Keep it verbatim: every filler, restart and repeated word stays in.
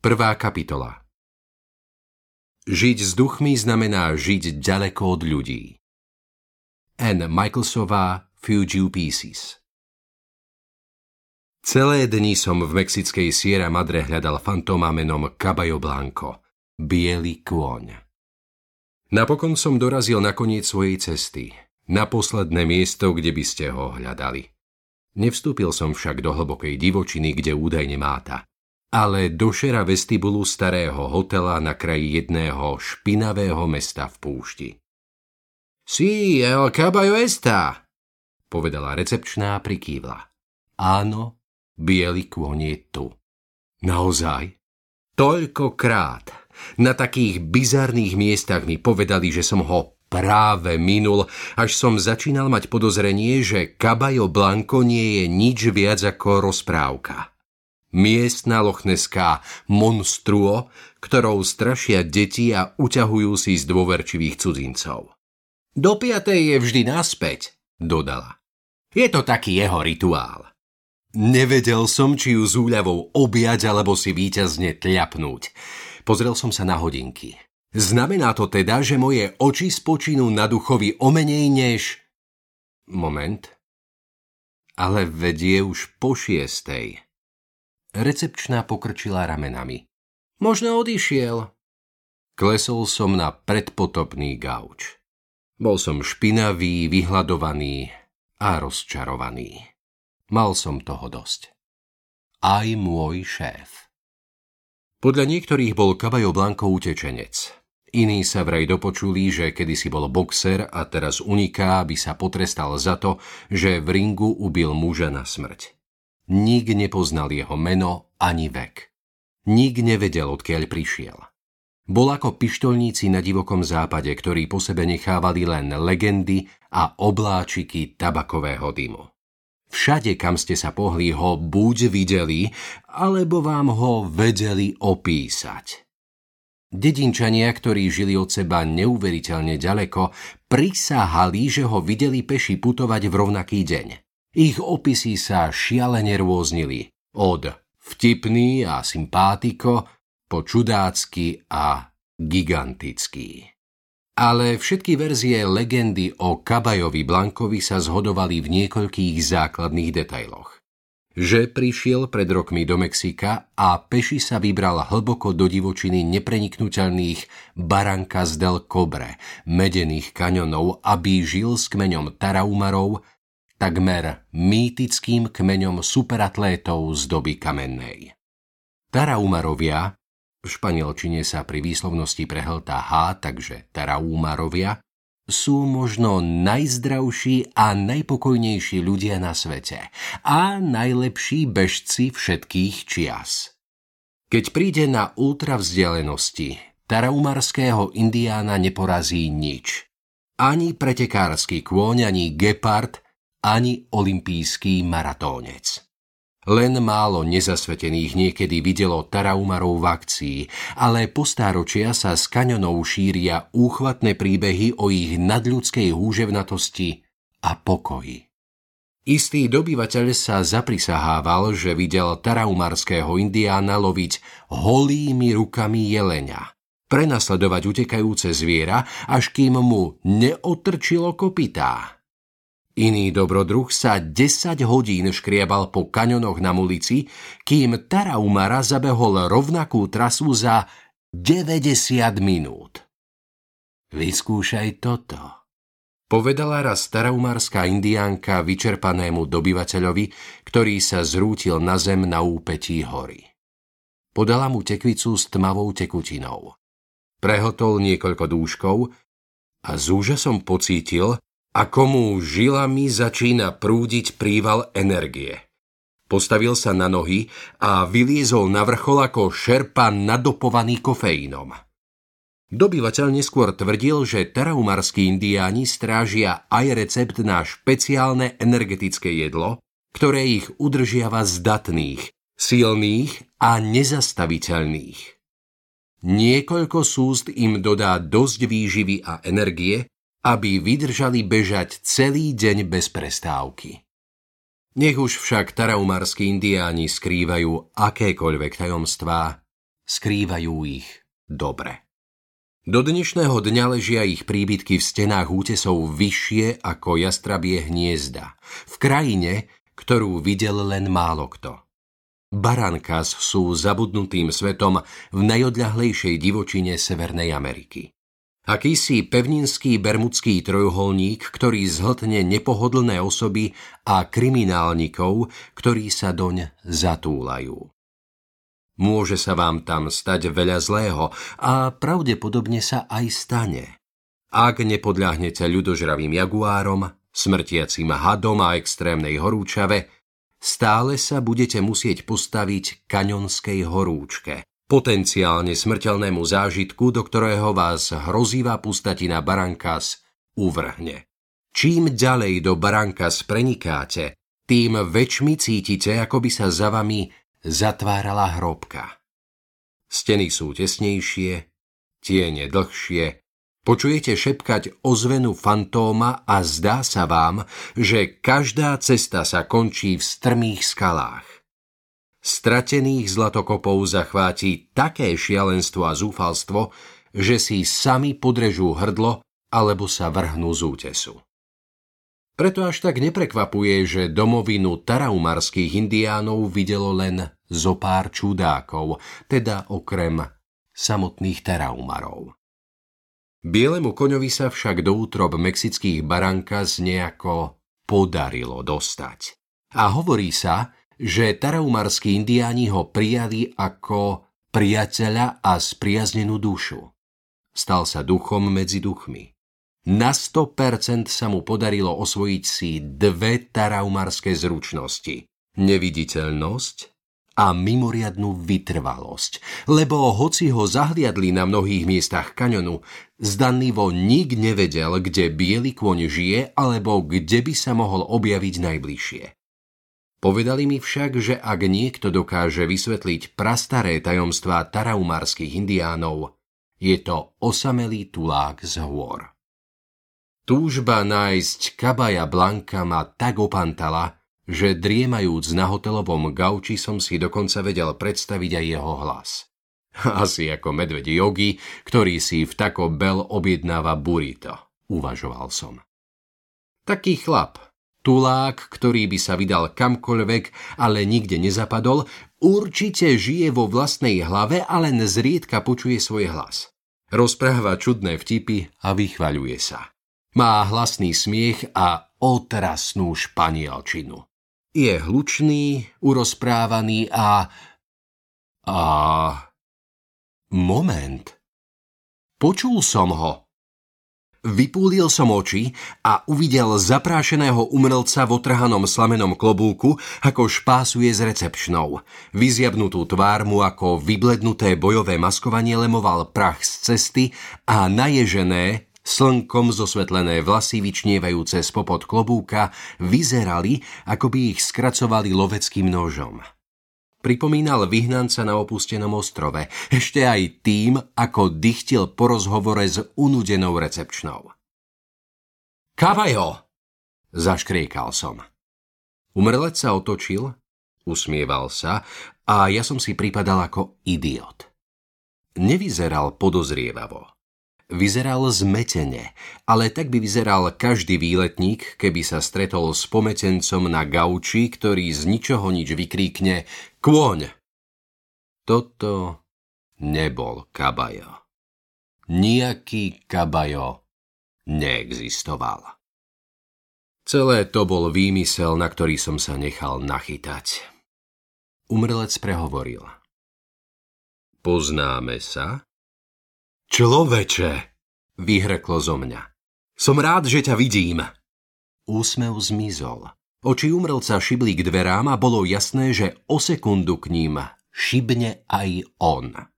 Prvá kapitola. Žiť s duchmi znamená žiť ďaleko od ľudí. Anne Michaelsová, Few Pieces. Celé dni som v mexickej Sierra Madre hľadal fantóma menom Caballo Blanco, biely kôň. Napokon som dorazil na koniec svojej cesty, na posledné miesto, kde by ste ho hľadali. Nevstúpil som však do hlbokej divočiny, kde údajne máta, ale do šera vestibulu starého hotela na kraji jedného špinavého mesta v púšti. Sí, el caballo está, povedala recepčná a prikývla. Áno, biely kôň je tu. Naozaj? Toľkokrát. Na takých bizarných miestach mi povedali, že som ho práve minul, až som začínal mať podozrenie, že Caballo Blanco nie je nič viac ako rozprávka. Miestna lochneská monstruo, ktorou strašia deti a uťahujú si z dôverčivých cudzincov. Do piatej je vždy naspäť, dodala. Je to taký jeho rituál. Nevedel som, či ju s úľavou objať, alebo si víťazne tľapnúť. Pozrel som sa na hodinky. Znamená to teda, že moje oči spočinú na duchovi o menej než... Moment. Ale vedie už po šiestej. Recepčná pokrčila ramenami. Možno odišiel. Klesol som na predpotopný gauč. Bol som špinavý, vyhladovaný a rozčarovaný. Mal som toho dosť. Aj môj šéf. Podľa niektorých bol Caballo Blanco utečenec. Iní sa vraj dopočuli, že kedysi bol boxer a teraz uniká, aby sa potrestal za to, že v ringu ubil muža na smrť. Nik nepoznal jeho meno ani vek. Nik nevedel, odkiaľ prišiel. Bol ako pištoľníci na divokom západe, ktorí po sebe nechávali len legendy a obláčiky tabakového dymu. Všade, kam ste sa pohli, ho buď videli, alebo vám ho vedeli opísať. Dedinčania, ktorí žili od seba neuveriteľne ďaleko, prisahali, že ho videli peši putovať v rovnaký deň. Ich opisy sa šialene rôznili, od vtipný a sympátiko po čudácky a gigantický. Ale všetky verzie legendy o Caballovi Blancovi sa zhodovali v niekoľkých základných detailoch. Že prišiel pred rokmi do Mexika a peši sa vybral hlboko do divočiny nepreniknuteľných Barrancas del Cobre, medených kaňonov, aby žil s kmeňom Tarahumarov, takmer mýtickým kmeňom superatlétov z doby kamennej. Tarahumarovia, v španielčine sa pri výslovnosti prehltá H, takže Tarahumarovia, sú možno najzdravší a najpokojnejší ľudia na svete a najlepší bežci všetkých čias. Keď príde na ultravzdialenosti, tarahumarského indiána neporazí nič. Ani pretekársky kôň, ani gepard, ani olympijský maratónec. Len málo nezasvetených niekedy videlo Tarahumarov v akcii, ale po stáročia sa z kaňonov šíria úchvatné príbehy o ich nadľudskej húževnatosti a pokoji. Istý dobyvateľ sa zaprisahával, že videl tarahumarského indiána loviť holými rukami jeleňa, prenasledovať utekajúce zviera, až kým mu neotrčilo kopytá. Iný dobrodruh sa desať hodín škriebal po kaňonoch na ulici, kým Tarahumara zabehol rovnakú trasu za deväťdesiat minút. Vyskúšaj toto, povedala raz tarahumarská indiánka vyčerpanému dobyvateľovi, ktorý sa zrútil na zem na úpetí hory. Podala mu tekvicu s tmavou tekutinou. Prehotol niekoľko dúškov a s úžasom pocítil, ako mu žilami začína prúdiť príval energie. Postavil sa na nohy a vyliezol na vrchol ako šerpa nadopovaný kofeínom. Dobyvateľ neskôr tvrdil, že tarahumarskí indiáni strážia aj recept na špeciálne energetické jedlo, ktoré ich udržiava zdatných, silných a nezastaviteľných. Niekoľko súst im dodá dosť výživy a energie, aby vydržali bežať celý deň bez prestávky. Nech už však tarahumarskí indiáni skrývajú akékoľvek tajomstvá, skrývajú ich dobre. Do dnešného dňa ležia ich príbytky v stenách útesov vyššie ako jastrabie hniezda, v krajine, ktorú videl len málokto. Barrancas sú zabudnutým svetom v najodľahlejšej divočine Severnej Ameriky. Akýsi pevninský bermudský trojuholník, ktorý zhltne nepohodlné osoby a kriminálnikov, ktorí sa doň zatúlajú. Môže sa vám tam stať veľa zlého a pravdepodobne sa aj stane. Ak nepodľahnete ľudožravým jaguárom, smrtiacim hadom a extrémnej horúčave, stále sa budete musieť postaviť kaňonskej horúčke, potenciálne smrteľnému zážitku, do ktorého vás hrozivá pustatina Barrancas uvrhne. Čím ďalej do Barrancas prenikáte, tým väčšmi cítite, ako by sa za vami zatvárala hrobka. Steny sú tesnejšie, tiene dlhšie, počujete šepkať ozvenu fantóma a zdá sa vám, že každá cesta sa končí v strmých skalách. Stratených zlatokopov zachváti také šialenstvo a zúfalstvo, že si sami podrežú hrdlo alebo sa vrhnú z útesu. Preto až tak neprekvapuje, že domovinu tarahumarských indiánov videlo len zo pár čudákov, teda okrem samotných tarahumarov. Bielemu koňovi sa však do útrob mexických Barrancas nejako podarilo dostať. A hovorí sa, že tarahumarskí indiáni ho prijali ako priateľa a spriaznenú dušu. Stal sa duchom medzi duchmi. Na sto percent sa mu podarilo osvojiť si dve tarahumarské zručnosti. Neviditeľnosť a mimoriadnu vytrvalosť, lebo hoci ho zahliadli na mnohých miestach kaňonu, zdanlivo nik nevedel, kde biely kôň žije alebo kde by sa mohol objaviť najbližšie. Povedali mi však, že ak niekto dokáže vysvetliť prastaré tajomstvá tarahumarských indiánov, je to osamelý tulák z hôr. Túžba nájsť Cabaya Blanca ma tak opantala, že driemajúc na hotelovom gauči som si dokonca vedel predstaviť aj jeho hlas. Asi ako medveď Yogi, ktorý si v Taco Bell objednáva burrito, uvažoval som. Taký chlap, tulák, ktorý by sa vydal kamkoľvek, ale nikde nezapadol, určite žije vo vlastnej hlave a len zriedka počuje svoj hlas. Rozpráva čudné vtipy a vychvaľuje sa. Má hlasný smiech a otrasnú španielčinu. Je hlučný, urozprávaný a... A... Moment. Počul som ho. Vypúlil som oči a uvidel zaprášeného umelca v otrhanom slamenom klobúku, ako špásuje s recepčnou. Vyziabnutú tvár mu ako vyblednuté bojové maskovanie lemoval prach z cesty a naježené, slnkom zosvetlené vlasy vyčnievajúce spopod klobúka vyzerali, ako by ich skracovali loveckým nožom. Pripomínal vyhnanca na opustenom ostrove, ešte aj tým, ako dychtil po rozhovore s unudenou recepčnou. Caballo! Zaškriekal som. Umrlec sa otočil, usmieval sa a ja som si pripadal ako idiot. Nevyzeral podozrievavo. Vyzeral zmetene, ale tak by vyzeral každý výletník, keby sa stretol s pometencom na gauči, ktorý z ničoho nič vykríkne Kôň! Toto nebol Caballo. Nijaký Caballo neexistoval. Celé to bol výmysel, na ktorý som sa nechal nachytať. Umrlec prehovoril. Poznáme sa? Človeče, vyhrklo zo mňa. Som rád, že ťa vidím. Úsmev zmizol. Oči umrelca šibli k dverám a bolo jasné, že o sekundu k ním šibne aj on.